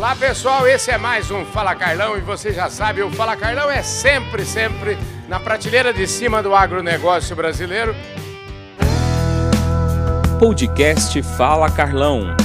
Olá pessoal, esse é mais um Fala Carlão e você já sabe, o Fala Carlão é sempre na prateleira de cima do agronegócio brasileiro. Podcast Fala Carlão.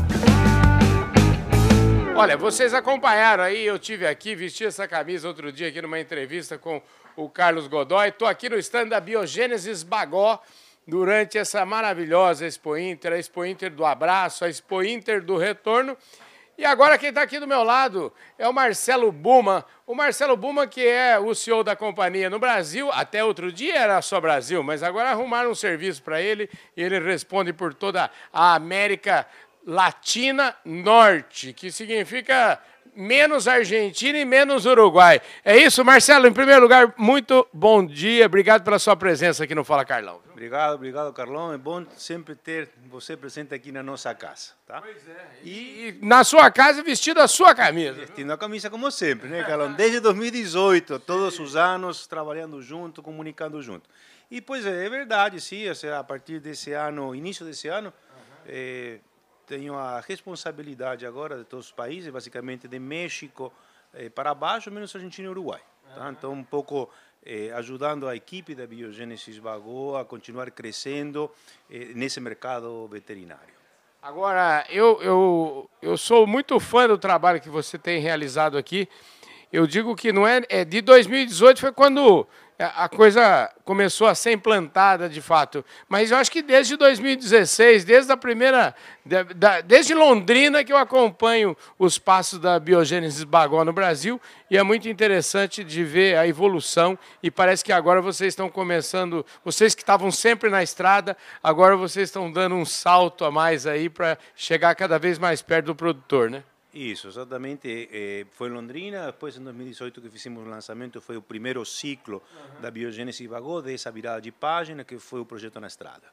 Olha, vocês acompanharam aí, eu tive aqui, vesti essa camisa outro dia aqui numa entrevista com o Carlos Godoy. Estou aqui no stand da Biogênesis Bagó durante essa maravilhosa Expo Inter, a Expo Inter do abraço, a Expo Inter do retorno. E agora quem está aqui do meu lado é o Marcelo Buhmann. O Marcelo Buhmann, que é o CEO da companhia no Brasil, até outro dia era só Brasil, mas agora arrumaram um serviço para ele e ele responde por toda a América Latina Norte, que significa menos Argentina e menos Uruguai. É isso, Marcelo? Em primeiro lugar, muito bom dia. Obrigado pela sua presença aqui no Fala Carlão. Obrigado, Carlão. É bom sempre ter você presente aqui na nossa casa, tá? Pois é. E na sua casa, vestido a sua camisa. Vestindo a camisa como sempre, né, Carlão? Desde 2018, todos os anos, trabalhando junto, comunicando junto. E, pois é verdade, sim, a partir desse ano, início desse ano, tenho a responsabilidade agora de todos os países, basicamente de México para baixo, menos Argentina e Uruguai. Tá? Então, um pouco ajudando a equipe da Biogênesis Bagó a continuar crescendo nesse mercado veterinário. Agora, eu sou muito fã do trabalho que você tem realizado aqui. Eu digo que não é de 2018 foi quando a coisa começou a ser implantada de fato. Mas eu acho que desde 2016, desde a primeira, desde Londrina que eu acompanho os passos da Biogênesis Bagó no Brasil e é muito interessante de ver a evolução e parece que agora vocês estão começando, vocês que estavam sempre na estrada, agora vocês estão dando um salto a mais aí para chegar cada vez mais perto do produtor, né? Isso, exatamente. Foi em Londrina, depois em 2018 que fizemos o lançamento, foi o primeiro ciclo da Biogênesis Bagó, dessa virada de página, que foi o projeto na estrada.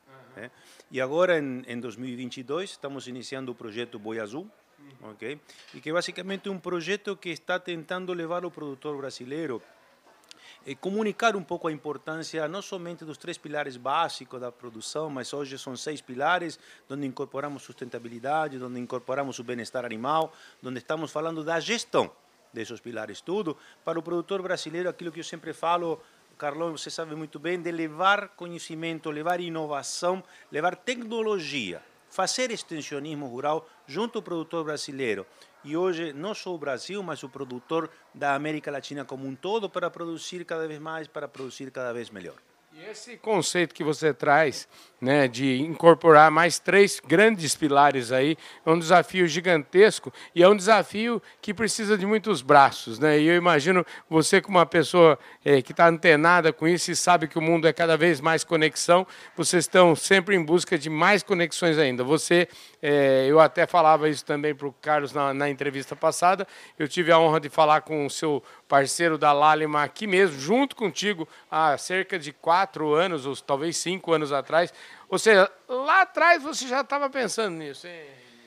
E agora, em 2022, estamos iniciando o projeto Boi Azul, okay? E que basicamente é um projeto que está tentando levar o produtor brasileiro comunicar um pouco a importância não somente dos 3 pilares básicos da produção, mas hoje são 6 pilares, onde incorporamos sustentabilidade, onde incorporamos o bem-estar animal, onde estamos falando da gestão desses pilares tudo, para o produtor brasileiro, aquilo que eu sempre falo, Carlão, você sabe muito bem, de levar conhecimento, levar inovação, levar tecnologia, fazer extensionismo rural junto ao produtor brasileiro. E hoje, não só o Brasil, mas o produtor da América Latina como um todo, para produzir cada vez mais, para produzir cada vez melhor. E esse conceito que você traz, né, de incorporar mais 3 grandes pilares aí, é um desafio gigantesco e é um desafio que precisa de muitos braços, né? E eu imagino você como uma pessoa que está antenada com isso e sabe que o mundo é cada vez mais conexão, vocês estão sempre em busca de mais conexões ainda. Você, eu até falava isso também para o Carlos na entrevista passada, eu tive a honra de falar com o seu parceiro da Lálima aqui mesmo, junto contigo, há cerca de 4 anos, ou talvez 5 anos atrás. Ou seja, lá atrás você já estava pensando nisso, hein?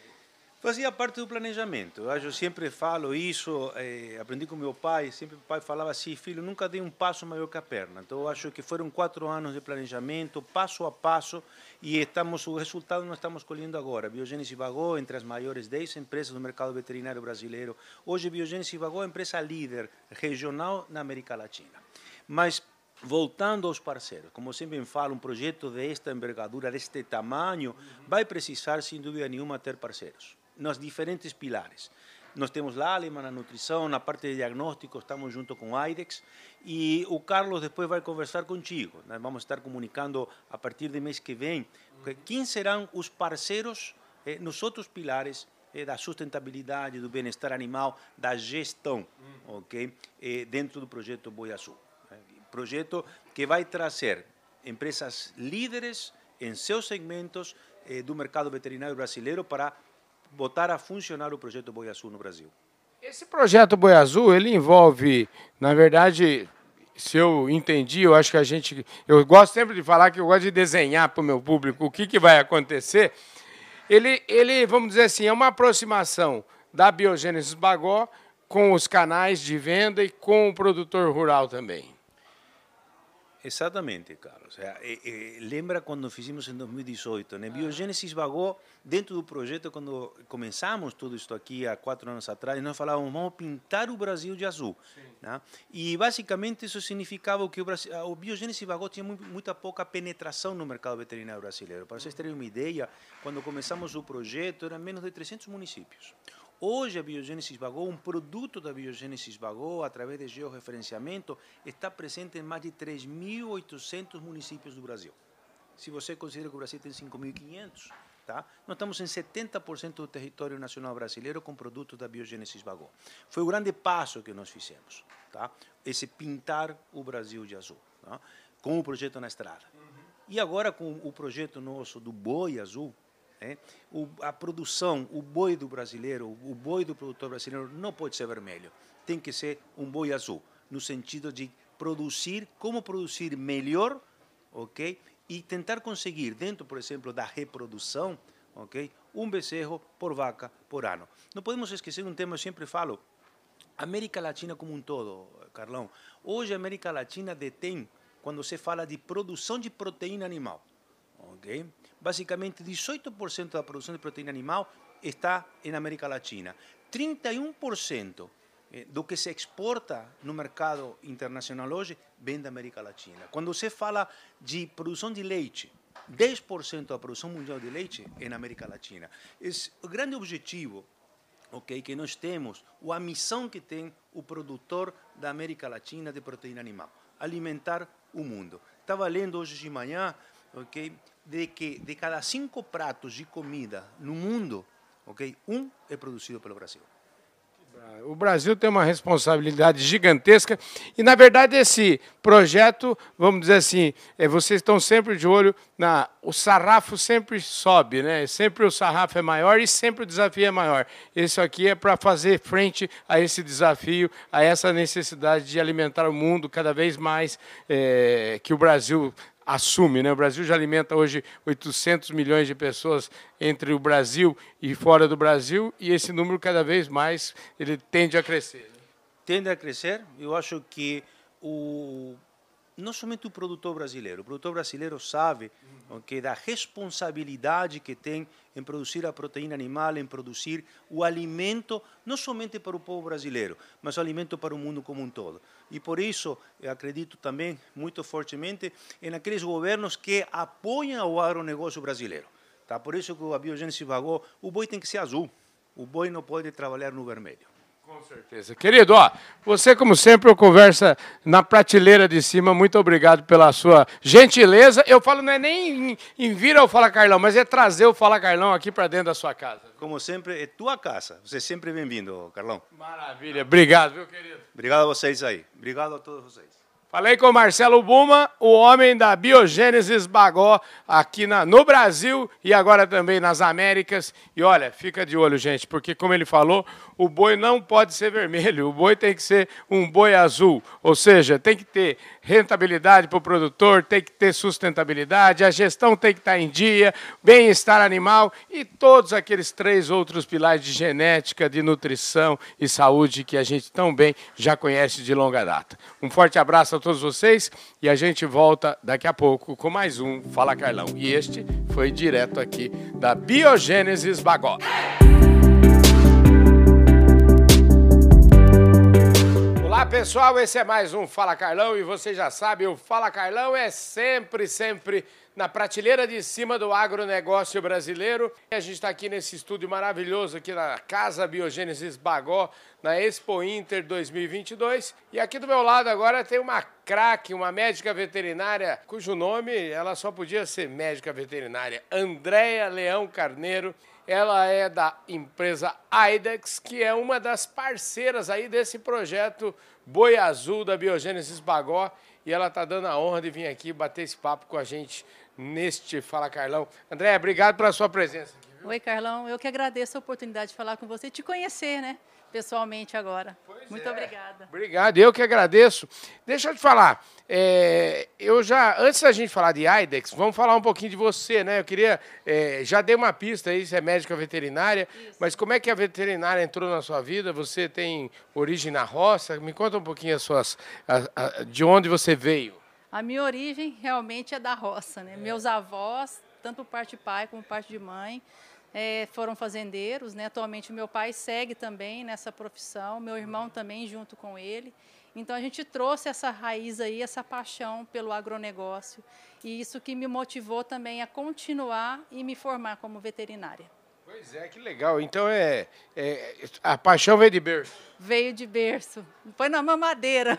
Fazia parte do planejamento. Eu sempre falo isso, aprendi com meu pai, sempre o pai falava assim, filho, nunca dei um passo maior que a perna. Então, eu acho que foram 4 anos de planejamento, passo a passo, e o resultado nós estamos colhendo agora. Biogênesis Bagó, entre as maiores 10 empresas do mercado veterinário brasileiro. Hoje, Biogênesis Bagó é a empresa líder regional na América Latina. Mas, voltando aos parceiros, como sempre falo, um projeto desta envergadura, deste tamanho, vai precisar, sem dúvida nenhuma, ter parceiros nos diferentes pilares. Nós temos lá Lálima na nutrição, na parte de diagnóstico, estamos junto com a IDEX, e o Carlos depois vai conversar contigo. Nós vamos estar comunicando a partir do mês que vem quem serão os parceiros nos outros pilares da sustentabilidade, do bem-estar animal, da gestão, okay? Dentro do projeto Boi Azul. Projeto que vai trazer empresas líderes em seus segmentos do mercado veterinário brasileiro para botar a funcionar o projeto Boi Azul no Brasil. Esse projeto Boi Azul, ele envolve, na verdade, se eu entendi, eu acho que eu gosto sempre de falar que eu gosto de desenhar para o meu público o que vai acontecer. Ele, vamos dizer assim, é uma aproximação da Biogênesis Bagó com os canais de venda e com o produtor rural também. Exatamente, Carlos. Lembra quando fizemos em 2018, né? Biogênesis Bagó, dentro do projeto, quando começamos tudo isso aqui há 4 anos atrás, nós falávamos, vamos pintar o Brasil de azul. Né? E basicamente isso significava que o Biogênesis Bagó tinha muita pouca penetração no mercado veterinário brasileiro. Para vocês terem uma ideia, quando começamos o projeto, eram menos de 300 municípios. Hoje, a Biogênesis Bagó, um produto da Biogênesis Bagó, através de georreferenciamento, está presente em mais de 3.800 municípios do Brasil. Se você considera que o Brasil tem 5.500, tá? Nós estamos em 70% do território nacional brasileiro com produtos da Biogênesis Bagó. Foi o grande passo que nós fizemos, tá? Esse pintar o Brasil de azul, tá? Com o projeto na estrada. E agora, com o projeto nosso do boi azul, a produção, o boi do brasileiro, o boi do produtor brasileiro não pode ser vermelho. Tem que ser um boi azul, no sentido de produzir, como produzir melhor, ok? E tentar conseguir, dentro, por exemplo, da reprodução, ok? Um bezerro por vaca por ano. Não podemos esquecer um tema, eu sempre falo, América Latina como um todo, Carlão. Hoje a América Latina detém, quando se fala de produção de proteína animal, ok? Basicamente, 18% da produção de proteína animal está na América Latina. 31% do que se exporta no mercado internacional hoje vem da América Latina. Quando você fala de produção de leite, 10% da produção mundial de leite é na América Latina. Esse o grande objetivo, okay, que nós temos, a missão que tem o produtor da América Latina de proteína animal, alimentar o mundo. Estava lendo hoje de manhã, okay, de que de cada 5 pratos de comida no mundo, okay, um é produzido pelo Brasil. O Brasil tem uma responsabilidade gigantesca e, na verdade, esse projeto, vamos dizer assim, vocês estão sempre de olho o sarrafo sempre sobe, né? Sempre o sarrafo é maior e sempre o desafio é maior. Isso aqui é para fazer frente a esse desafio, a essa necessidade de alimentar o mundo cada vez mais que o Brasil assume, né? O Brasil já alimenta hoje 800 milhões de pessoas entre o Brasil e fora do Brasil, e esse número cada vez mais ele tende a crescer. Né? Tende a crescer. Eu acho que não somente o produtor brasileiro sabe okay, da responsabilidade que tem em produzir a proteína animal, em produzir o alimento, não somente para o povo brasileiro, mas o alimento para o mundo como um todo. E por isso, eu acredito também muito fortemente em aqueles governos que apoiam o agronegócio brasileiro. Tá? Por isso que a Biogênesis Bagó, o boi tem que ser azul, o boi não pode trabalhar no vermelho. Com certeza. Querido, você, como sempre, conversa na prateleira de cima. Muito obrigado pela sua gentileza. Eu falo, não é nem em vir ao Fala Carlão, mas é trazer o Fala Carlão aqui para dentro da sua casa. Como sempre, é tua casa. Você é sempre bem-vindo, Carlão. Maravilha. Obrigado, viu, querido? Obrigado a vocês aí. Obrigado a todos vocês. Falei com o Marcelo Buma, o homem da Biogênesis Bagó, aqui no Brasil e agora também nas Américas. E olha, fica de olho, gente, porque como ele falou, o boi não pode ser vermelho, o boi tem que ser um boi azul. Ou seja, tem que ter rentabilidade para o produtor, tem que ter sustentabilidade, a gestão tem que estar em dia, bem-estar animal e todos aqueles 3 outros pilares de genética, de nutrição e saúde que a gente tão bem já conhece de longa data. Um forte abraço a todos vocês e a gente volta daqui a pouco com mais um Fala Carlão. E este foi direto aqui da Biogênesis Bagó. Olá pessoal, esse é mais um Fala Carlão e você já sabe, o Fala Carlão é sempre na prateleira de cima do agronegócio brasileiro. A gente está aqui nesse estúdio maravilhoso aqui na Casa Biogênesis Bagó, na Expo Inter 2022. E aqui do meu lado agora tem uma craque, uma médica veterinária, cujo nome ela só podia ser médica veterinária, Andréia Leão Carneiro. Ela é da empresa IDEX, que é uma das parceiras aí desse projeto Boi Azul da Biogênesis Bagó. E ela está dando a honra de vir aqui bater esse papo com a gente neste Fala Carlão. Andréia, obrigado pela sua presença aqui, viu? Oi, Carlão. Eu que agradeço a oportunidade de falar com você e te conhecer, né? Pessoalmente agora. Muito obrigada. Obrigado, eu que agradeço. Deixa eu te falar, antes da gente falar de IDEX, vamos falar um pouquinho de você, né? Eu queria, já dei uma pista aí, você é médica veterinária, isso. Mas como é que a veterinária entrou na sua vida? Você tem origem na roça? Me conta um pouquinho de onde você veio. A minha origem realmente é da roça, né? Meus avós, tanto por parte de pai como por parte de mãe, foram fazendeiros, né? Atualmente meu pai segue também nessa profissão, meu irmão também junto com ele. Então a gente trouxe essa raiz aí, essa paixão pelo agronegócio, e isso que me motivou também a continuar e me formar como veterinária. Pois é, que legal. Então a paixão veio de berço. Veio de berço, foi na mamadeira.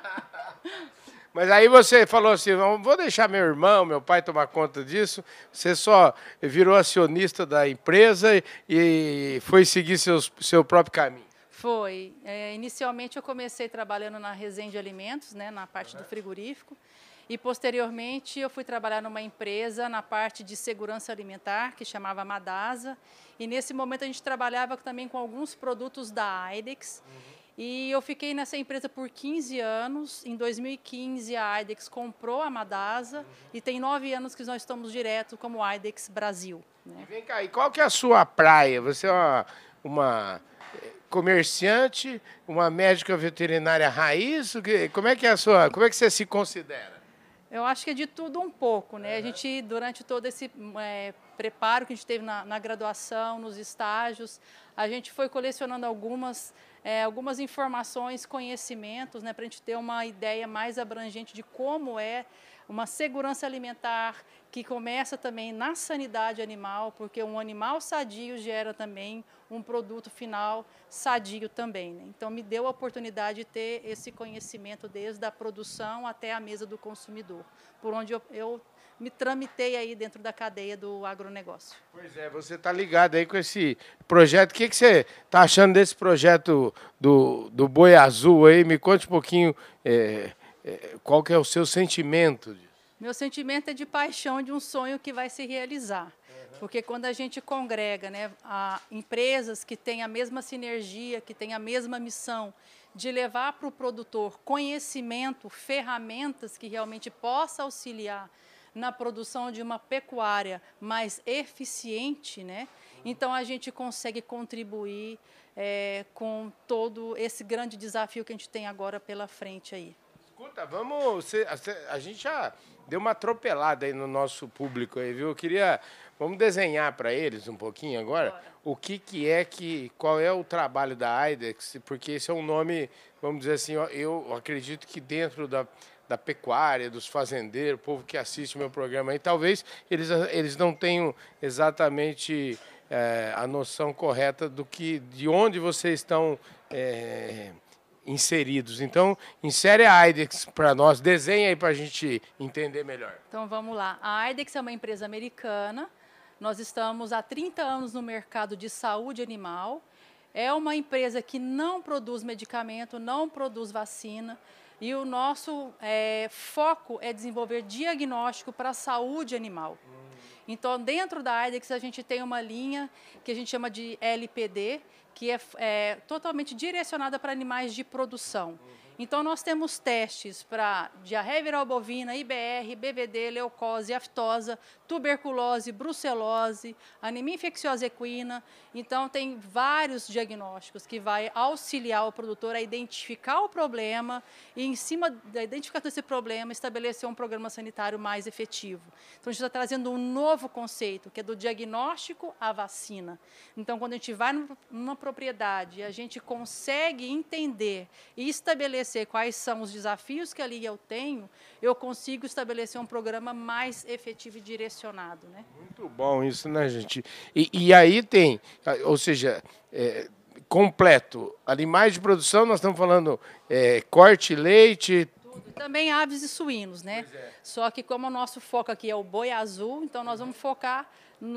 Mas aí você falou assim, vou deixar meu irmão, meu pai tomar conta disso. Você só virou acionista da empresa e foi seguir seu próprio caminho. Foi. Inicialmente eu comecei trabalhando na Resende Alimentos, né, na parte do frigorífico. E posteriormente eu fui trabalhar numa empresa na parte de segurança alimentar, que chamava Madasa. E nesse momento a gente trabalhava também com alguns produtos da Aidex. E eu fiquei nessa empresa por 15 anos. Em 2015, a Aidex comprou a Madasa e tem 9 anos que nós estamos direto como Aidex Brasil, né? E vem cá, e qual que é a sua praia? Você é uma comerciante, uma médica veterinária raiz? Como é que você se considera? Eu acho que é de tudo um pouco, né? A gente, durante todo esse preparo que a gente teve na graduação, nos estágios, a gente foi colecionando algumas informações, conhecimentos, né, para a gente ter uma ideia mais abrangente de como é uma segurança alimentar que começa também na sanidade animal, porque um animal sadio gera também um produto final sadio também, né? Então, me deu a oportunidade de ter esse conhecimento desde a produção até a mesa do consumidor, por onde eu me tramitei aí dentro da cadeia do agronegócio. Pois é, você está ligado aí com esse projeto. O que você está achando desse projeto do Boi Azul aí? Me conte um pouquinho qual que é o seu sentimento disso. Meu sentimento é de paixão de um sonho que vai se realizar. Porque quando a gente congrega, né, empresas que têm a mesma sinergia, que têm a mesma missão de levar para o produtor conhecimento, ferramentas que realmente possa auxiliar na produção de uma pecuária mais eficiente, né? Então a gente consegue contribuir com todo esse grande desafio que a gente tem agora pela frente aí. Escuta, a gente já deu uma atropelada aí no nosso público aí, viu? Vamos desenhar para eles um pouquinho agora qual é o trabalho da Aidex, porque esse é um nome, vamos dizer assim, eu acredito que dentro da pecuária, dos fazendeiros, o povo que assiste o meu programa aí, talvez eles não tenham exatamente a noção correta de onde vocês estão inseridos. Então, insere a Aidex para nós, desenha aí para a gente entender melhor. Então, vamos lá. A Aidex é uma empresa americana. Nós estamos há 30 anos no mercado de saúde animal. É uma empresa que não produz medicamento, não produz vacina. E o nosso foco é desenvolver diagnóstico para a saúde animal. Então, dentro da Aidex, a gente tem uma linha que a gente chama de LPD, que é totalmente direcionada para animais de produção. Então, nós temos testes para diarreia viral bovina, IBR, BVD, leucose, aftosa, tuberculose, brucelose, anemia infecciosa equina. Então, tem vários diagnósticos que vai auxiliar o produtor a identificar o problema e, em cima da identificação desse problema, estabelecer um programa sanitário mais efetivo. Então, a gente está trazendo um novo conceito, que é do diagnóstico à vacina. Então, quando a gente vai numa propriedade, a gente consegue entender e estabelecer quais são os desafios que ali eu tenho, eu consigo estabelecer um programa mais efetivo e direcionado, né? Muito bom isso, né, gente? E aí tem, ou seja, completo, animais de produção, nós estamos falando corte, leite... Tudo. Também aves e suínos, né? Só que como o nosso foco aqui é o boi azul, então nós vamos focar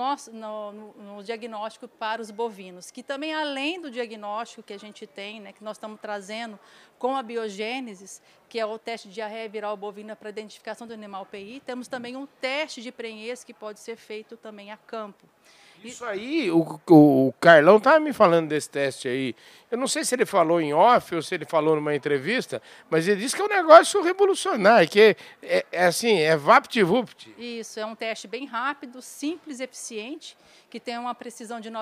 no diagnóstico para os bovinos, que também, além do diagnóstico que a gente tem, né, que nós estamos trazendo com a biogênesis, que é o teste de diarreia viral bovina para identificação do animal PI, temos também um teste de prenhez que pode ser feito também a campo. Isso aí, o Carlão estava me falando desse teste aí. Eu não sei se ele falou em off ou se ele falou numa entrevista, mas ele disse que é um negócio revolucionário, que é vapt-vupt. Isso, é um teste bem rápido, simples e eficiente, que tem uma precisão de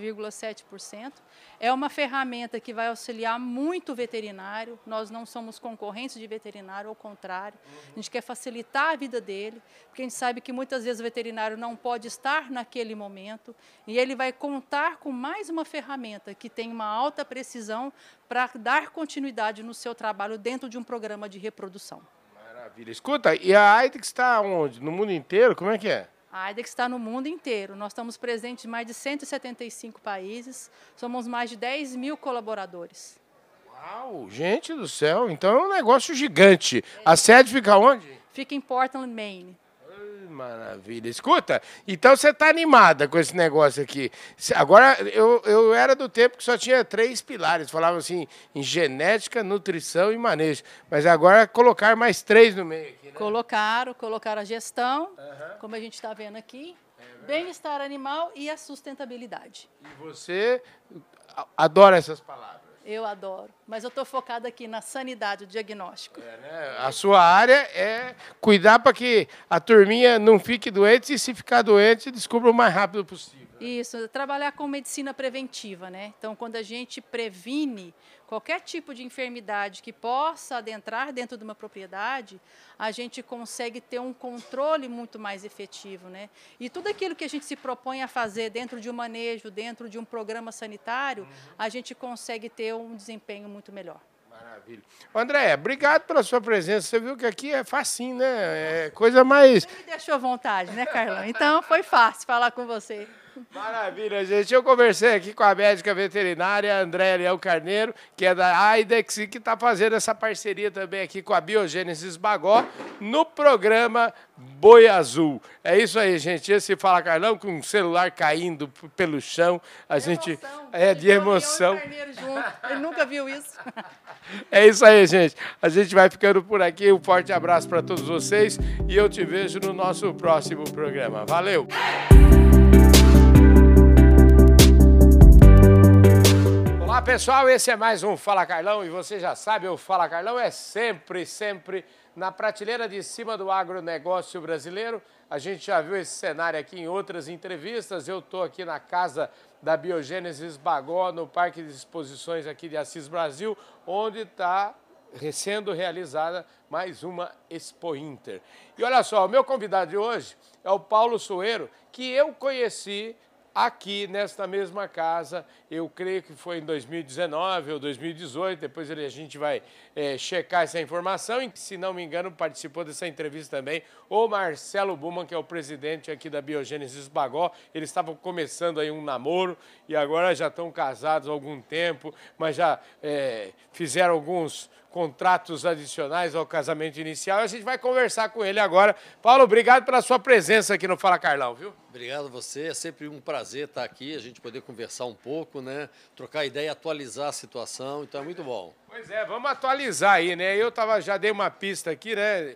99,7%. É uma ferramenta que vai auxiliar muito o veterinário. Nós não somos concorrentes de veterinário, ao contrário. A gente quer facilitar a vida dele, porque a gente sabe que muitas vezes o veterinário não pode estar naquele momento e ele vai contar com mais uma ferramenta que tem uma alta precisão para dar continuidade no seu trabalho dentro de um programa de reprodução. Maravilha. Escuta, e a IDEX está onde? No mundo inteiro? Como é que é? A IDEX está no mundo inteiro. Nós estamos presentes em mais de 175 países. Somos mais de 10 mil colaboradores. Uau, gente do céu. Então é um negócio gigante. A sede fica onde? Fica em Portland, Maine. Maravilha. Escuta, então você está animada com esse negócio aqui. Agora, eu era do tempo que só tinha 3 pilares. Falavam assim, em genética, nutrição e manejo. Mas agora colocar mais 3 no meio aqui, né? Colocaram a gestão, como a gente está vendo aqui, bem-estar animal e a sustentabilidade. E você adora essas palavras. Eu adoro, mas eu estou focada aqui na sanidade, o diagnóstico. Né? A sua área é cuidar para que a turminha não fique doente e, se ficar doente, descubra o mais rápido possível. Isso, trabalhar com medicina preventiva, né? Então, quando a gente previne qualquer tipo de enfermidade que possa adentrar dentro de uma propriedade, a gente consegue ter um controle muito mais efetivo, né? E tudo aquilo que a gente se propõe a fazer dentro de um manejo, dentro de um programa sanitário, a gente consegue ter um desempenho muito melhor. Maravilha. André, obrigado pela sua presença. Você viu que aqui é facinho, né? É coisa mais... Você me deixou à vontade, né, Carlão? Então, foi fácil falar com você. Maravilha, gente. Eu conversei aqui com a médica veterinária Andréa Leão Carneiro, que é da IDEX e que está fazendo essa parceria também aqui com a Biogênesis Bagó no programa Boi Azul. É isso aí, gente. Esse Fala Carlão com um celular caindo pelo chão. A gente é de emoção. Leão e Carneiro junto. Ele nunca viu isso. É isso aí, gente. A gente vai ficando por aqui. Um forte abraço para todos vocês e eu te vejo no nosso próximo programa. Valeu! Olá, pessoal, esse é mais um Fala Carlão e você já sabe, o Fala Carlão é sempre na prateleira de cima do agronegócio brasileiro. A gente já viu esse cenário aqui em outras entrevistas. Eu estou aqui na casa da Biogênesis Bagó, no Parque de Exposições aqui de Assis Brasil, onde está sendo realizada mais uma Expo Inter. E olha só, o meu convidado de hoje é o Paulo Soeiro, que eu conheci aqui nesta mesma casa, eu creio que foi em 2019 ou 2018, depois a gente vai checar essa informação, e se não me engano participou dessa entrevista também o Marcelo Buman, que é o presidente aqui da Biogênesis Bagó. Eles estavam começando aí um namoro e agora já estão casados há algum tempo, mas já fizeram alguns contratos adicionais ao casamento inicial. A gente vai conversar com ele agora. Paulo, obrigado pela sua presença aqui no Fala Carlão, viu? Obrigado a você, é sempre um prazer estar aqui, a gente poder conversar um pouco, né? Trocar ideia, atualizar a situação, então é muito bom. Pois é, vamos atualizar aí, né? Eu já dei uma pista aqui, né?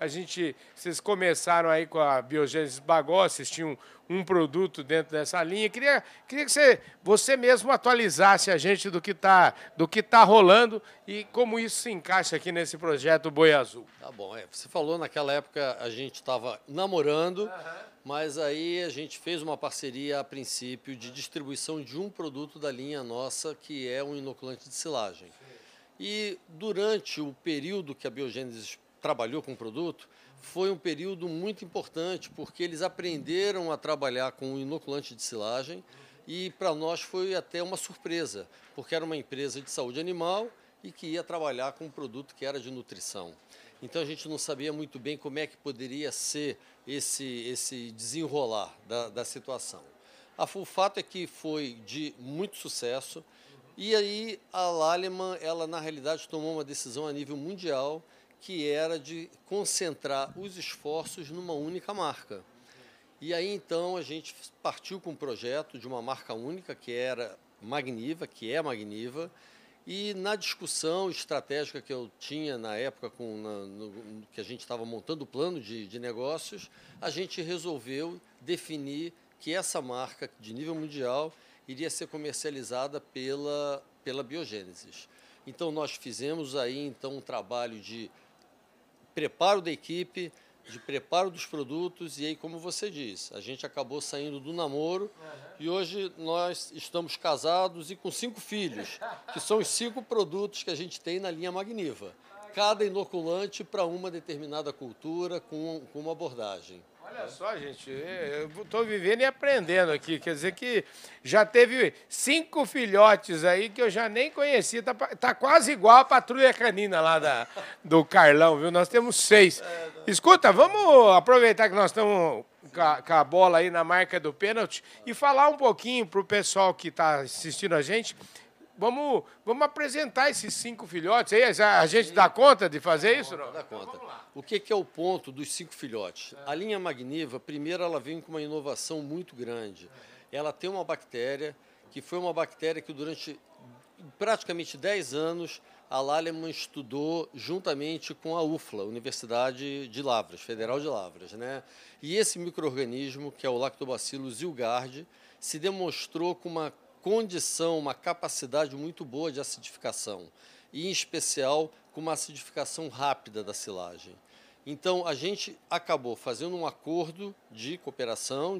Vocês começaram aí com a Biogênesis Bagó, vocês tinham um produto dentro dessa linha. Queria que você mesmo atualizasse a gente do que tá rolando e como isso se encaixa aqui nesse projeto Boi Azul. Tá bom, você falou naquela época a gente estava namorando, mas aí a gente fez uma parceria a princípio de distribuição de um produto da linha nossa, que é um inoculante de silagem. E durante o período que a Biogênesis trabalhou com o produto, foi um período muito importante, porque eles aprenderam a trabalhar com o inoculante de silagem e para nós foi até uma surpresa, porque era uma empresa de saúde animal e que ia trabalhar com um produto que era de nutrição. Então a gente não sabia muito bem como é que poderia ser esse desenrolar da situação. O fato é que foi de muito sucesso e aí a Lallemand, ela na realidade tomou uma decisão a nível mundial, que era de concentrar os esforços numa única marca. E aí, então, a gente partiu com um projeto de uma marca única, que era Magniva, que é Magniva, e na discussão estratégica que eu tinha na época, que a gente estava montando o plano de negócios, a gente resolveu definir que essa marca, de nível mundial, iria ser comercializada pela Biogênesis. Então, nós fizemos aí, então, um trabalho de preparo da equipe, de preparo dos produtos, e aí, como você diz, a gente acabou saindo do namoro e hoje nós estamos casados e com 5 filhos, que são os 5 produtos que a gente tem na linha Magniva. Cada inoculante para uma determinada cultura, com uma abordagem. Olha só, gente, eu estou vivendo e aprendendo aqui. Quer dizer que já teve 5 filhotes aí que eu já nem conhecia. Tá quase igual a patrulha canina lá do Carlão, viu? Nós temos 6. Escuta, vamos aproveitar que nós estamos com a bola aí na marca do pênalti e falar um pouquinho para o pessoal que está assistindo a gente. Vamos apresentar esses 5 filhotes aí. A gente dá conta de fazer isso? Não? Dá conta. O que é o ponto dos 5 filhotes? A linha Magniva, primeiro, ela vem com uma inovação muito grande. Ela tem uma bactéria, que foi uma bactéria que durante praticamente 10 anos a Lallemand estudou juntamente com a UFLA, Universidade de Lavras, Federal de Lavras, né? E esse micro-organismo, que é o Lactobacillus zilgardi, se demonstrou com uma condição, uma capacidade muito boa de acidificação, e em especial com uma acidificação rápida da silagem. Então, a gente acabou fazendo um acordo de cooperação,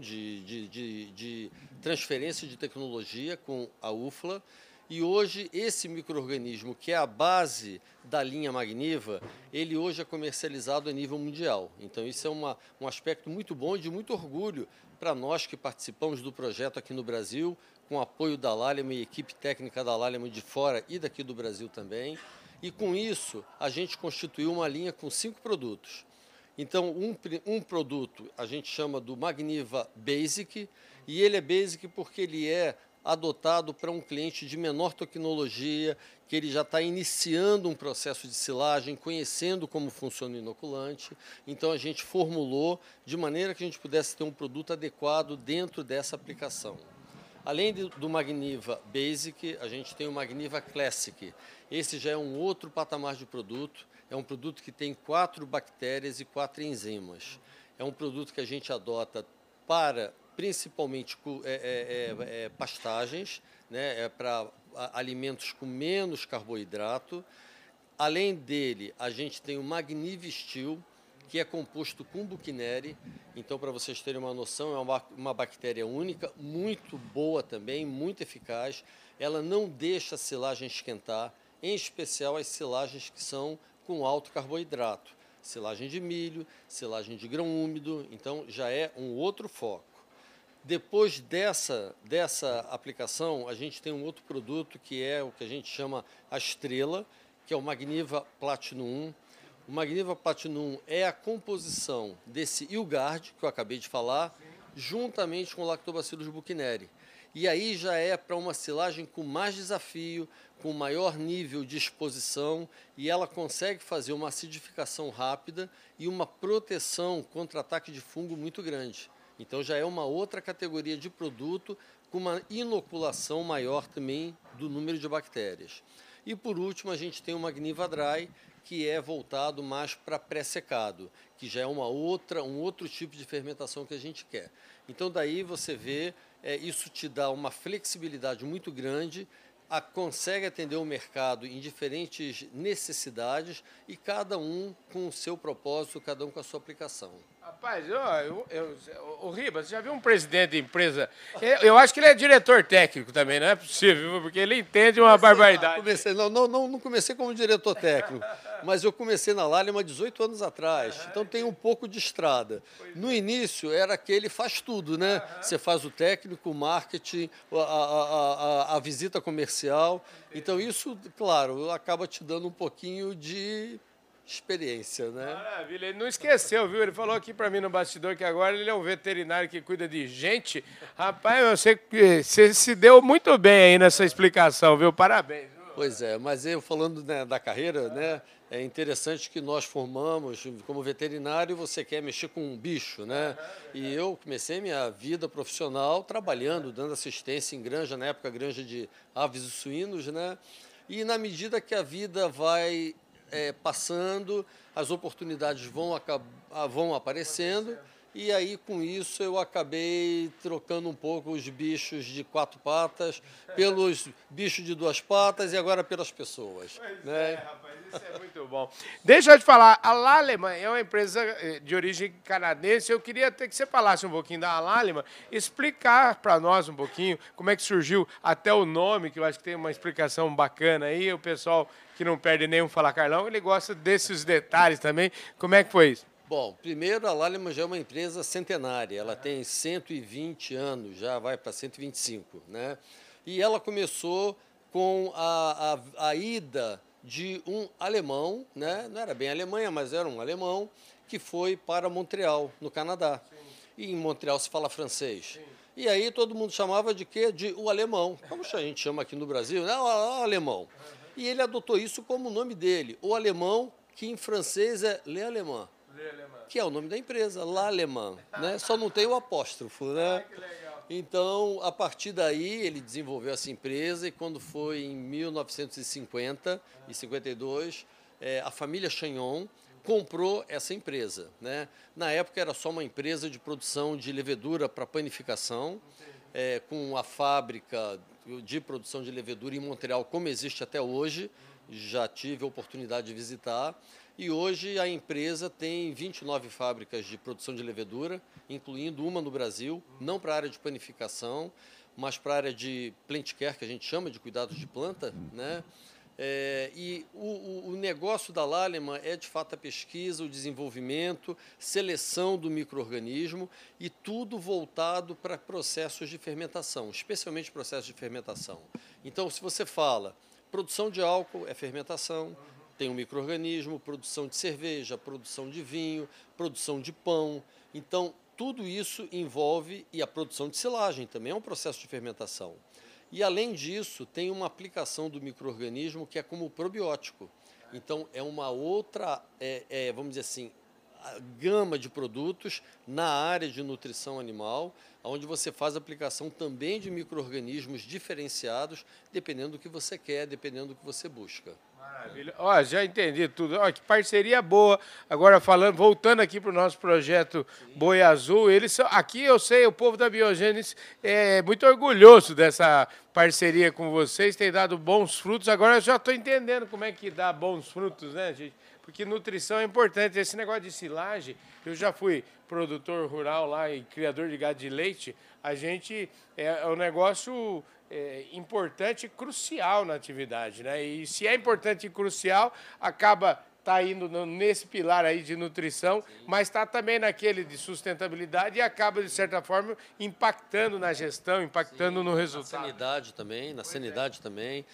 de transferência de tecnologia com a UFLA, e hoje esse micro-organismo, que é a base da linha Magniva, ele hoje é comercializado a nível mundial. Então, isso é um aspecto muito bom e de muito orgulho para nós que participamos do projeto aqui no Brasil, com apoio da Lallemand e equipe técnica da Lallemand de fora e daqui do Brasil também. E com isso, a gente constituiu uma linha com 5 produtos. Então, um produto a gente chama do Magniva Basic, e ele é Basic porque ele é adotado para um cliente de menor tecnologia, que ele já está iniciando um processo de silagem, conhecendo como funciona o inoculante. Então, a gente formulou de maneira que a gente pudesse ter um produto adequado dentro dessa aplicação. Além do Magniva Basic, a gente tem o Magniva Classic. Esse já é um outro patamar de produto. É um produto que tem 4 bactérias e 4 enzimas. É um produto que a gente adota para, principalmente, pastagens, né? Para alimentos com menos carboidrato. Além dele, a gente tem o Magniva Steel, que é composto com Buchneri. Então, para vocês terem uma noção, é uma bactéria única, muito boa também, muito eficaz. Ela não deixa a silagem esquentar, em especial as silagens que são com alto carboidrato. Silagem de milho, silagem de grão úmido, então já é um outro foco. Depois dessa aplicação, a gente tem um outro produto que é o que a gente chama a estrela, que é o Magniva Platinum 1. O Magniva Platinum é a composição desse Ilgard, que eu acabei de falar, juntamente com o Lactobacillus buchneri. E aí já é para uma silagem com mais desafio, com maior nível de exposição, e ela consegue fazer uma acidificação rápida e uma proteção contra ataque de fungo muito grande. Então já é uma outra categoria de produto com uma inoculação maior também do número de bactérias. E por último, a gente tem o Magniva Dry, que é voltado mais para pré-secado, que já é um outro tipo de fermentação que a gente quer. Então, daí você vê, isso te dá uma flexibilidade muito grande, consegue atender o mercado em diferentes necessidades e cada um com o seu propósito, cada um com a sua aplicação. Rapaz, o Ribas, você já viu um presidente de empresa? Eu acho que ele é diretor técnico também, não é possível, porque ele entende uma barbaridade. Não comecei como diretor técnico, mas eu comecei na Lallemand há 18 anos atrás, então tem um pouco de estrada. No início era aquele faz tudo, né? Você faz o técnico, o marketing, a visita comercial. Então isso, claro, acaba te dando um pouquinho de experiência, né? Maravilha, ele não esqueceu, viu? Ele falou aqui para mim no bastidor que agora ele é um veterinário que cuida de gente. Rapaz, você se deu muito bem aí nessa explicação, viu? Parabéns. Viu? Pois é, mas eu falando, né, da carreira, né, é interessante que nós formamos como veterinário, você quer mexer com um bicho, né? E eu comecei minha vida profissional trabalhando, dando assistência em granja, na época granja de aves e suínos, né? E na medida que a vida vai passando, as oportunidades vão aparecendo E aí, com isso, eu acabei trocando um pouco os bichos de 4 patas pelos bichos de 2 patas e agora pelas pessoas. Pois né? é, rapaz, isso é muito bom. Deixa eu te falar, a Lallemand é uma empresa de origem canadense. Eu queria até que você falasse um pouquinho da Lallemand, explicar para nós um pouquinho como é que surgiu até o nome, que eu acho que tem uma explicação bacana aí. O pessoal que não perde nenhum Fala Carlão, ele gosta desses detalhes também. Como é que foi isso? Bom, primeiro, a Lallemand já é uma empresa centenária. Ela tem 120 anos, já vai para 125. Né? E ela começou com a ida de um alemão, né? Não era bem Alemanha, mas era um alemão, que foi para Montreal, no Canadá. Sim. E em Montreal se fala francês. Sim. E aí todo mundo chamava de quê? De o alemão. Como a gente chama aqui no Brasil, né? O alemão. Uhum. E ele adotou isso como o nome dele. O alemão, que em francês é Le Allemand. Que é o nome da empresa, Lallemand, né? Só não tem o apóstrofo, né? Que legal. Então, a partir daí, ele desenvolveu essa empresa e quando foi em 1950 e 52, a família Chagnon comprou essa empresa, né? Na época era só uma empresa de produção de levedura para panificação, com a fábrica de produção de levedura em Montreal, como existe até hoje, já tive a oportunidade de visitar. E hoje a empresa tem 29 fábricas de produção de levedura, incluindo uma no Brasil, não para a área de panificação, mas para a área de plant care, que a gente chama de cuidados de planta. Né? E o negócio da Lallemand é, de fato, a pesquisa, o desenvolvimento, seleção do micro-organismo e tudo voltado para processos de fermentação, especialmente processos de fermentação. Então, se você fala, produção de álcool é fermentação, tem um micro-organismo, produção de cerveja, produção de vinho, produção de pão. Então, tudo isso envolve, e a produção de silagem também é um processo de fermentação. E, além disso, tem uma aplicação do micro-organismo que é como probiótico. Então, é uma outra, vamos dizer assim, a gama de produtos na área de nutrição animal, onde você faz aplicação também de micro-organismos diferenciados, dependendo do que você quer, dependendo do que você busca. Maravilha. Ó, já entendi tudo. Ó, que parceria boa. Agora voltando aqui para o nosso projeto Boi Azul, aqui eu sei, o povo da Biogênesis é muito orgulhoso dessa parceria com vocês, tem dado bons frutos. Agora eu já estou entendendo como é que dá bons frutos, né, gente? Porque nutrição é importante. Esse negócio de silagem, eu já fui produtor rural lá e criador de gado de leite. A gente é um negócio importante e crucial na atividade, né? E se é importante e crucial, acaba indo nesse pilar aí de nutrição, sim, mas está também naquele de sustentabilidade e acaba, de certa forma, impactando na gestão, impactando, sim, no resultado. Na sanidade também.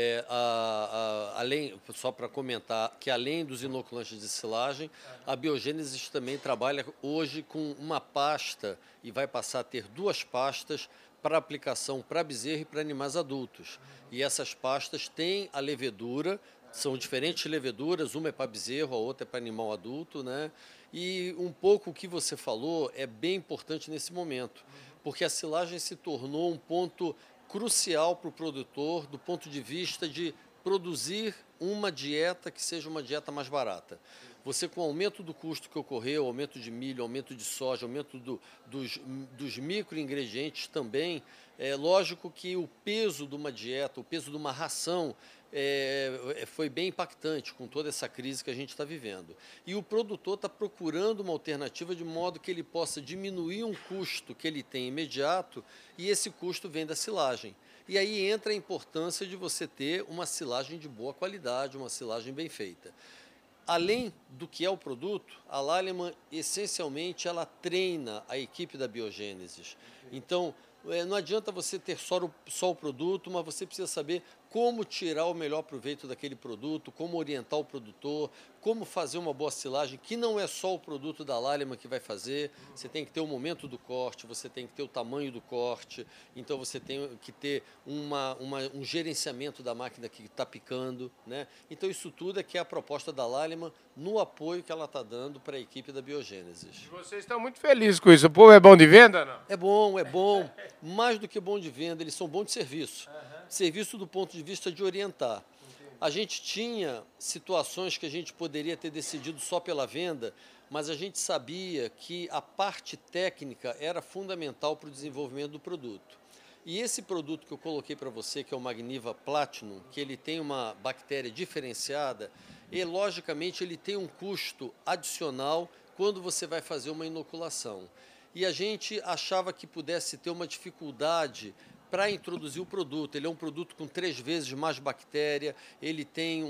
Além, só para comentar, que além dos inoculantes de silagem, a Biogênesis também trabalha hoje com uma pasta e vai passar a ter 2 pastas para aplicação para bezerro e para animais adultos. E essas pastas têm a levedura, são diferentes leveduras, uma é para bezerro, a outra é para animal adulto, né? E um pouco o que você falou é bem importante nesse momento, porque a silagem se tornou um ponto crucial para o produtor, do ponto de vista de produzir uma dieta que seja uma dieta mais barata. Você, com o aumento do custo que ocorreu, aumento de milho, aumento de soja, aumento dos microingredientes também, é lógico que o peso de uma dieta, o peso de uma ração foi bem impactante com toda essa crise que a gente está vivendo. E o produtor está procurando uma alternativa de modo que ele possa diminuir um custo que ele tem imediato e esse custo vem da silagem. E aí entra a importância de você ter uma silagem de boa qualidade, uma silagem bem feita. Além do que é o produto, a Lallemand, essencialmente, ela treina a equipe da Biogênesis. Então, não adianta você ter só o produto, mas você precisa saber como tirar o melhor proveito daquele produto, como orientar o produtor, como fazer uma boa silagem, que não é só o produto da Lallemand que vai fazer, você tem que ter o momento do corte, você tem que ter o tamanho do corte, então você tem que ter um gerenciamento da máquina que está picando, né? Então isso tudo é que é a proposta da Lallemand no apoio que ela está dando para a equipe da Biogênesis. Vocês estão muito felizes com isso. O povo é bom de venda, não? É bom. Mais do que bom de venda, eles são bons de serviço. Serviço do ponto de vista de orientar. A gente tinha situações que a gente poderia ter decidido só pela venda, mas a gente sabia que a parte técnica era fundamental para o desenvolvimento do produto. E esse produto que eu coloquei para você, que é o Magniva Platinum, que ele tem uma bactéria diferenciada, e logicamente ele tem um custo adicional quando você vai fazer uma inoculação. E a gente achava que pudesse ter uma dificuldade para introduzir o produto. Ele é um produto com 3 vezes mais bactéria, ele tem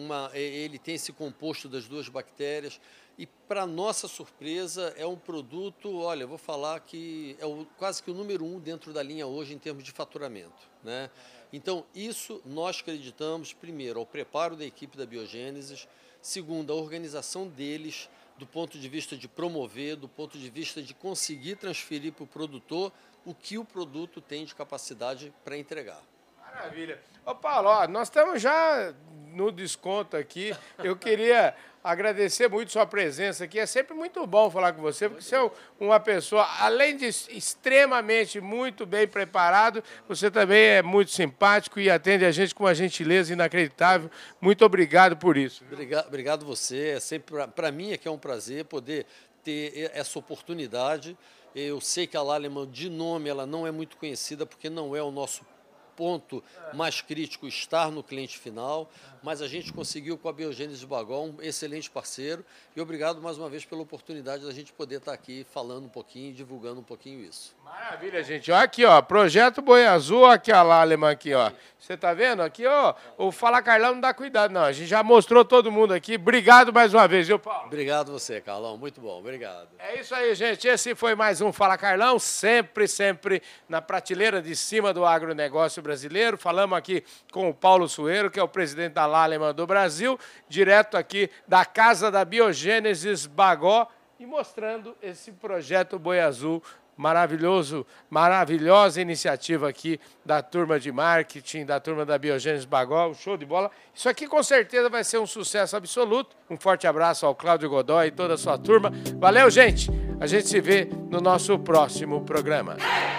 esse composto das 2 bactérias, e para nossa surpresa é um produto, olha, eu vou falar que é quase que o número 1 dentro da linha hoje em termos de faturamento, né? Então isso nós acreditamos, primeiro, ao preparo da equipe da Biogênesis, segundo, a organização deles, do ponto de vista de promover, do ponto de vista de conseguir transferir para o produtor o que o produto tem de capacidade para entregar. Maravilha. Ô Paulo, ó, nós estamos já no desconto aqui. Eu queria agradecer muito sua presença aqui. É sempre muito bom falar com você, porque você é uma pessoa, além de extremamente muito bem preparado, você também é muito simpático e atende a gente com uma gentileza inacreditável. Muito obrigado por isso. Obrigado você. É sempre para mim é que é um prazer poder ter essa oportunidade. Eu sei que a Lallemand, de nome, ela não é muito conhecida, porque não é o nosso ponto mais crítico estar no cliente final, mas a gente conseguiu com a Biogênesis Bagó um excelente parceiro, e obrigado mais uma vez pela oportunidade da gente poder estar aqui falando um pouquinho, divulgando um pouquinho isso. Maravilha, gente. Olha aqui, ó, Projeto Boi Azul, aqui a Lallemand aqui, ó. Você tá vendo? Aqui, ó, o Fala Carlão não dá cuidado, não. A gente já mostrou todo mundo aqui. Obrigado mais uma vez, viu, Paulo? Obrigado você, Carlão. Muito bom. Obrigado. É isso aí, gente. Esse foi mais um Fala Carlão, sempre na prateleira de cima do agronegócio brasileiro. Falamos aqui com o Paulo Sueiro, que é o presidente da Lallemand do Brasil, direto aqui da Casa da Biogênesis Bagó, e mostrando esse projeto Boi Azul maravilhoso, maravilhosa iniciativa aqui da turma de marketing, da turma da Biogênesis Bagó, um show de bola. Isso aqui com certeza vai ser um sucesso absoluto. Um forte abraço ao Cláudio Godoy e toda a sua turma. Valeu, gente! A gente se vê no nosso próximo programa.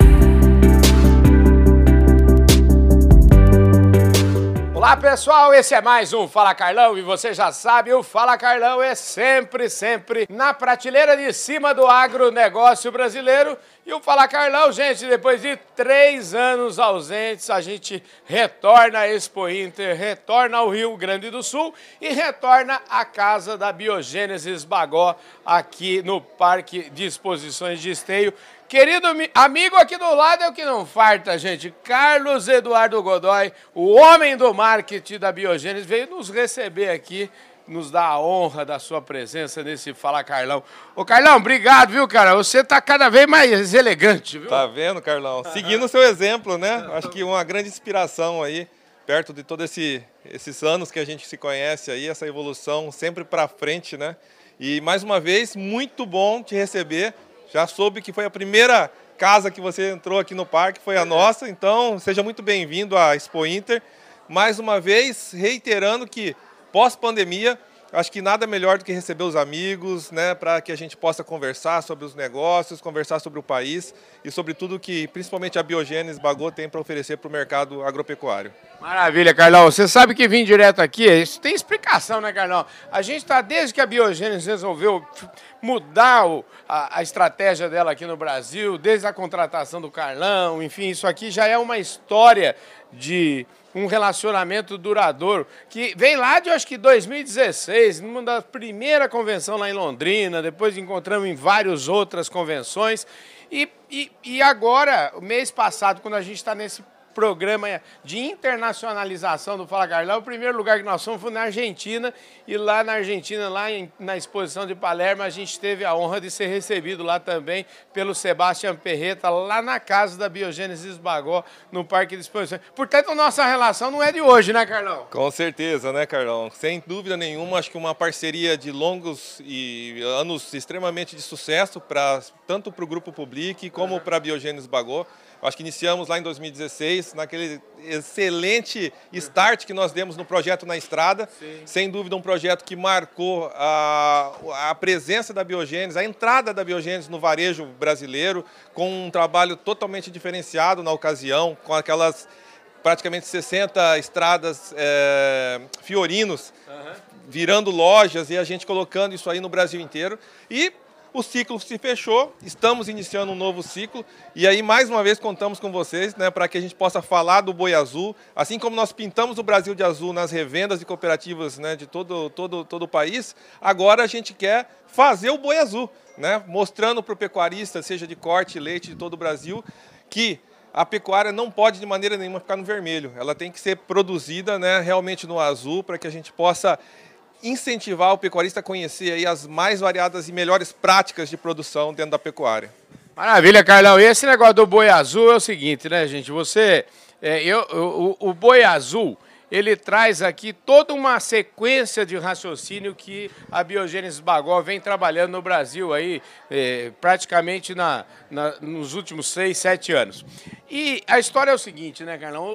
Olá, pessoal, esse é mais um Fala Carlão e você já sabe, o Fala Carlão é sempre na prateleira de cima do agronegócio brasileiro. E o Fala Carlão, gente, depois de 3 anos ausentes, a gente retorna à Expo Inter, retorna ao Rio Grande do Sul e retorna à Casa da Biogênesis Bagó, aqui no Parque de Exposições de Esteio. Querido amigo aqui do lado é o que não farta, gente. Carlos Eduardo Godoy, o homem do marketing da Biogênesis, veio nos receber aqui, nos dar a honra da sua presença nesse Fala Carlão. Ô, Carlão, obrigado, viu, cara? Você tá cada vez mais elegante, viu? Tá vendo, Carlão? Seguindo o seu exemplo, né? Acho que uma grande inspiração aí, perto de todos esses anos que a gente se conhece aí, essa evolução sempre para frente, né? E, mais uma vez, muito bom te receber. Já soube que foi a primeira casa que você entrou aqui no parque, foi a nossa, então seja muito bem-vindo à Expo Inter. Mais uma vez, reiterando que pós-pandemia, acho que nada melhor do que receber os amigos, né, para que a gente possa conversar sobre os negócios, conversar sobre o país e sobre tudo que, principalmente, a Biogênesis Bagó tem para oferecer para o mercado agropecuário. Maravilha, Carlão. Você sabe que vim direto aqui, isso tem explicação, né, Carlão? A gente está, desde que a Biogênesis resolveu mudar a estratégia dela aqui no Brasil, desde a contratação do Carlão, enfim, isso aqui já é uma história de um relacionamento duradouro, que vem lá de, acho que, 2016, numa da primeira convenção lá em Londrina, depois encontramos em várias outras convenções, e agora, o mês passado, quando a gente está nesse programa de internacionalização do Fala Carlão, o primeiro lugar que nós fomos foi na Argentina, e lá na Argentina, na exposição de Palermo, a gente teve a honra de ser recebido lá também pelo Sebastião Perreta, lá na casa da Biogênesis Bagó, no Parque de Exposições. Portanto, nossa relação não é de hoje, né, Carlão? Com certeza, né, Carlão? Sem dúvida nenhuma, acho que uma parceria de longos e anos extremamente de sucesso, tanto para o Grupo Public como para a Biogênesis Bagó. Acho que iniciamos lá em 2016, naquele excelente start que nós demos no projeto Na Estrada. Sim. Sem dúvida, um projeto que marcou a presença da Biogênesis, a entrada da Biogênesis no varejo brasileiro, com um trabalho totalmente diferenciado na ocasião, com aquelas praticamente 60 estradas Fiorinos, virando lojas e a gente colocando isso aí no Brasil inteiro. E o ciclo se fechou, estamos iniciando um novo ciclo e aí mais uma vez contamos com vocês, né, para que a gente possa falar do Boi Azul, assim como nós pintamos o Brasil de azul nas revendas e cooperativas, né, de todo o país, agora a gente quer fazer o Boi Azul, né, mostrando para o pecuarista, seja de corte, leite de todo o Brasil, que a pecuária não pode de maneira nenhuma ficar no vermelho, ela tem que ser produzida, né, realmente no azul para que a gente possa incentivar o pecuarista a conhecer aí as mais variadas e melhores práticas de produção dentro da pecuária. Maravilha, Carlão. E esse negócio do Boi Azul é o seguinte, né, gente? O Boi Azul, ele traz aqui toda uma sequência de raciocínio que a Biogênesis Bagó vem trabalhando no Brasil aí, praticamente nos últimos 6, 7 anos. E a história é o seguinte, né, Carlão?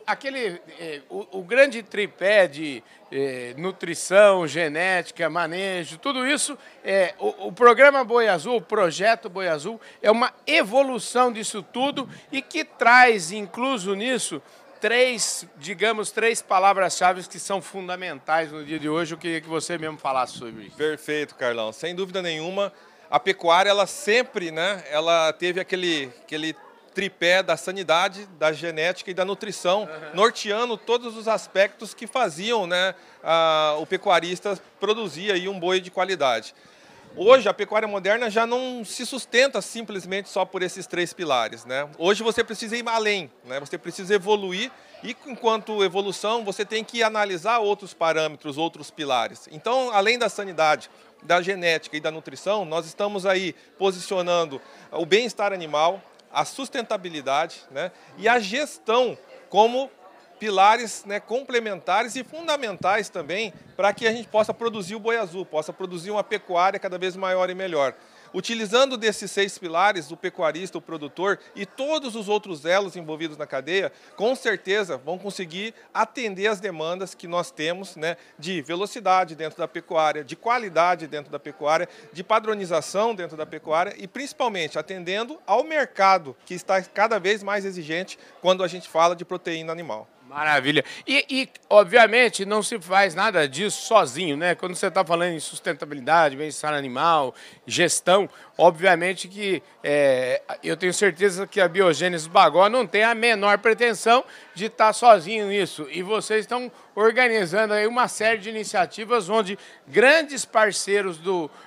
O grande tripé de nutrição, genética, manejo, tudo isso, o programa Boi Azul, o projeto Boi Azul, é uma evolução disso tudo e que traz, incluso nisso, três palavras-chave que são fundamentais no dia de hoje. Eu queria que você mesmo falasse sobre isso. Perfeito, Carlão. Sem dúvida nenhuma, a pecuária, ela sempre, né, ela teve aquele tripé da sanidade, da genética e da nutrição, norteando todos os aspectos que faziam, né, o pecuarista produzir aí um boi de qualidade. Hoje, a pecuária moderna já não se sustenta simplesmente só por esses 3 pilares, né? Hoje você precisa ir além, né? Você precisa evoluir e, enquanto evolução, você tem que analisar outros parâmetros, outros pilares. Então, além da sanidade, da genética e da nutrição, nós estamos aí posicionando o bem-estar animal, a sustentabilidade, né, e a gestão como pilares, né, complementares e fundamentais também para que a gente possa produzir o Boi Azul, possa produzir uma pecuária cada vez maior e melhor. Utilizando desses 6 pilares, o pecuarista, o produtor e todos os outros elos envolvidos na cadeia, com certeza vão conseguir atender as demandas que nós temos, né, de velocidade dentro da pecuária, de qualidade dentro da pecuária, de padronização dentro da pecuária e principalmente atendendo ao mercado, que está cada vez mais exigente quando a gente fala de proteína animal. Maravilha. E, obviamente, não se faz nada disso sozinho, né? Quando você está falando em sustentabilidade, bem-estar animal, gestão, obviamente que eu tenho certeza que a Biogênesis Bagó não tem a menor pretensão de estar sozinho nisso. E vocês estão organizando aí uma série de iniciativas onde grandes parceiros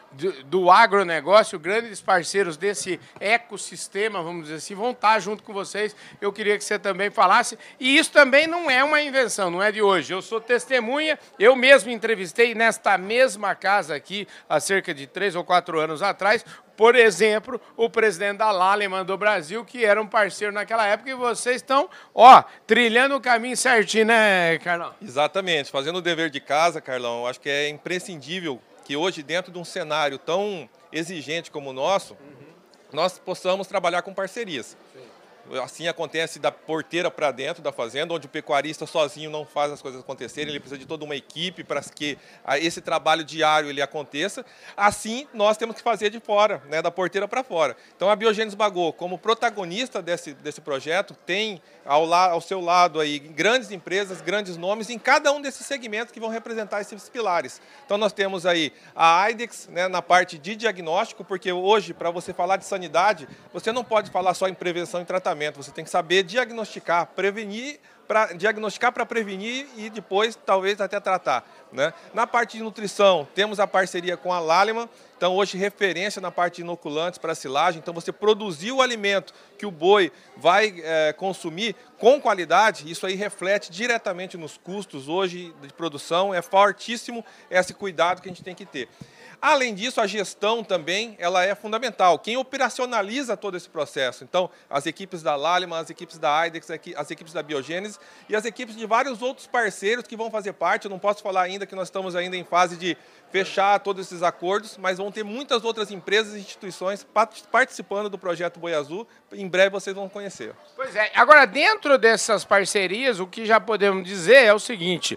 do agronegócio, grandes parceiros desse ecossistema, vamos dizer assim, vão estar junto com vocês. Eu queria que você também falasse. E isso também não é uma invenção, não é de hoje. Eu sou testemunha, eu mesmo entrevistei nesta mesma casa aqui, há cerca de 3 ou 4 anos atrás, por exemplo, o presidente da Lallemand do Brasil, que era um parceiro naquela época, e vocês estão, trilhando o caminho certinho, né, Carlão? Exatamente. Fazendo o dever de casa, Carlão, acho que é imprescindível que hoje, dentro de um cenário tão exigente como o nosso, nós possamos trabalhar com parcerias. Assim acontece da porteira para dentro da fazenda, onde o pecuarista sozinho não faz as coisas acontecerem, ele precisa de toda uma equipe para que esse trabalho diário ele aconteça. Assim, nós temos que fazer de fora, né, da porteira para fora. Então, a Biogênesis Bagó, como protagonista desse projeto, tem ao seu lado aí grandes empresas, grandes nomes em cada um desses segmentos que vão representar esses pilares. Então, nós temos aí a IDEX, né, na parte de diagnóstico, porque hoje, para você falar de sanidade, você não pode falar só em prevenção e tratamento. Você tem que saber diagnosticar, diagnosticar para prevenir e depois talvez até tratar, né? Na parte de nutrição, temos a parceria com a Lallemand, então hoje referência na parte de inoculantes para silagem. Então você produzir o alimento que o boi vai consumir com qualidade, isso aí reflete diretamente nos custos hoje de produção, é fortíssimo esse cuidado que a gente tem que ter. Além disso, a gestão também ela é fundamental. Quem operacionaliza todo esse processo? Então, as equipes da Lallemand, as equipes da IDEX, as equipes da Biogênesis e as equipes de vários outros parceiros que vão fazer parte. Eu não posso falar ainda que nós estamos ainda em fase de fechar todos esses acordos, mas vão ter muitas outras empresas e instituições participando do projeto Boi Azul. Em breve vocês vão conhecer. Pois é. Agora, dentro dessas parcerias, o que já podemos dizer é o seguinte: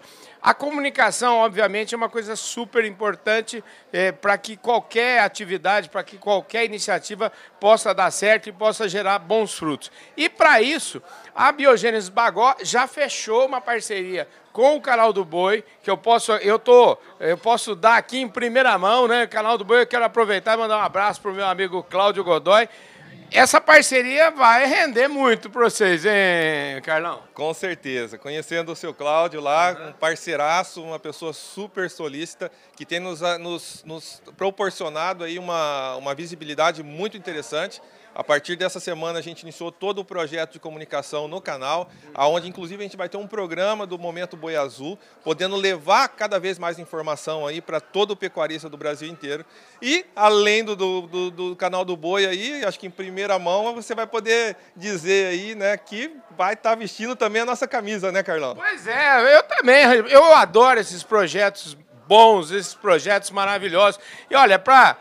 A comunicação, obviamente, é uma coisa super importante para que qualquer atividade, para que qualquer iniciativa possa dar certo e possa gerar bons frutos. E para isso, a Biogênesis Bagó já fechou uma parceria com o Canal do Boi, que eu posso dar aqui em primeira mão, né? O Canal do Boi, eu quero aproveitar e mandar um abraço para o meu amigo Cláudio Godoy. Essa parceria vai render muito para vocês, hein, Carlão? Com certeza. Conhecendo o seu Cláudio lá, um parceiraço, uma pessoa super solícita, que tem nos proporcionado aí uma visibilidade muito interessante. A partir dessa semana, a gente iniciou todo o projeto de comunicação no canal, onde, inclusive, a gente vai ter um programa do Momento Boi Azul, podendo levar cada vez mais informação aí para todo o pecuarista do Brasil inteiro. E, além do canal do Boi aí, acho que em primeira mão, você vai poder dizer aí, né, que vai estar vestindo também a nossa camisa, né, Carlão? Pois é, eu também. Eu adoro esses projetos bons, esses projetos maravilhosos. E olha, para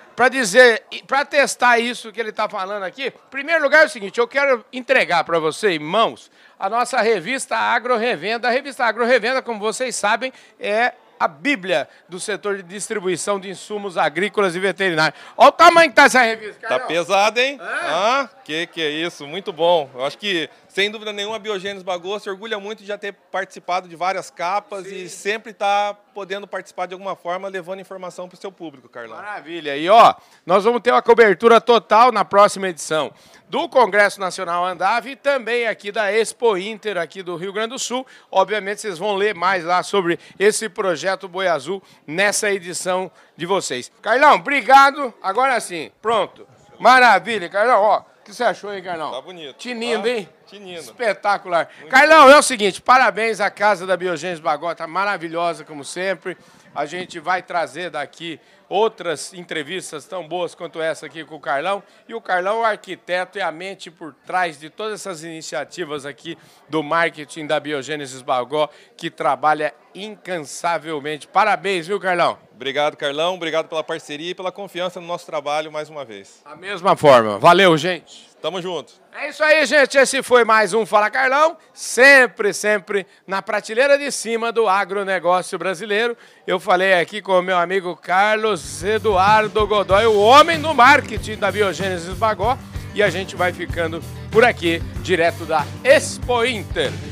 testar isso que ele está falando aqui, em primeiro lugar é o seguinte, eu quero entregar para você, irmãos, a nossa revista Agro Revenda. A revista Agro Revenda, como vocês sabem, é a bíblia do setor de distribuição de insumos agrícolas e veterinários. Olha o tamanho que está essa revista, Carlão. Tá pesado, hein? Que é isso, muito bom. Eu acho que, sem dúvida nenhuma, a Biogênesis Bagó se orgulha muito de já ter participado de várias capas. Sim. E sempre está podendo participar de alguma forma, levando informação para o seu público, Carlão. Maravilha. E, ó, nós vamos ter uma cobertura total na próxima edição do Congresso Nacional Andava e também aqui da Expo Inter, aqui do Rio Grande do Sul. Obviamente, vocês vão ler mais lá sobre esse projeto Boi Azul nessa edição de vocês. Carlão, obrigado. Agora sim, pronto. Maravilha, Carlão, ó. O que você achou aí, Carlão? Tá bonito. Tinindo, hein? Tinindo. Espetacular. Carlão, é o seguinte, parabéns, a Casa da Biogênesis Bagó, tá maravilhosa, como sempre. A gente vai trazer daqui outras entrevistas tão boas quanto essa aqui com o Carlão. E o Carlão é o arquiteto e a mente por trás de todas essas iniciativas aqui do marketing da Biogênesis Bagó, que trabalha incansavelmente. Parabéns, viu, Carlão? Obrigado, Carlão. Obrigado pela parceria e pela confiança no nosso trabalho mais uma vez. Da mesma forma. Valeu, gente. Tamo junto. É isso aí, gente. Esse foi mais um Fala Carlão. Sempre, sempre na prateleira de cima do agronegócio brasileiro. Eu falei aqui com o meu amigo Carlos Eduardo Godoy, o homem do marketing da Biogênesis Bagó. E a gente vai ficando por aqui, direto da Expo Inter.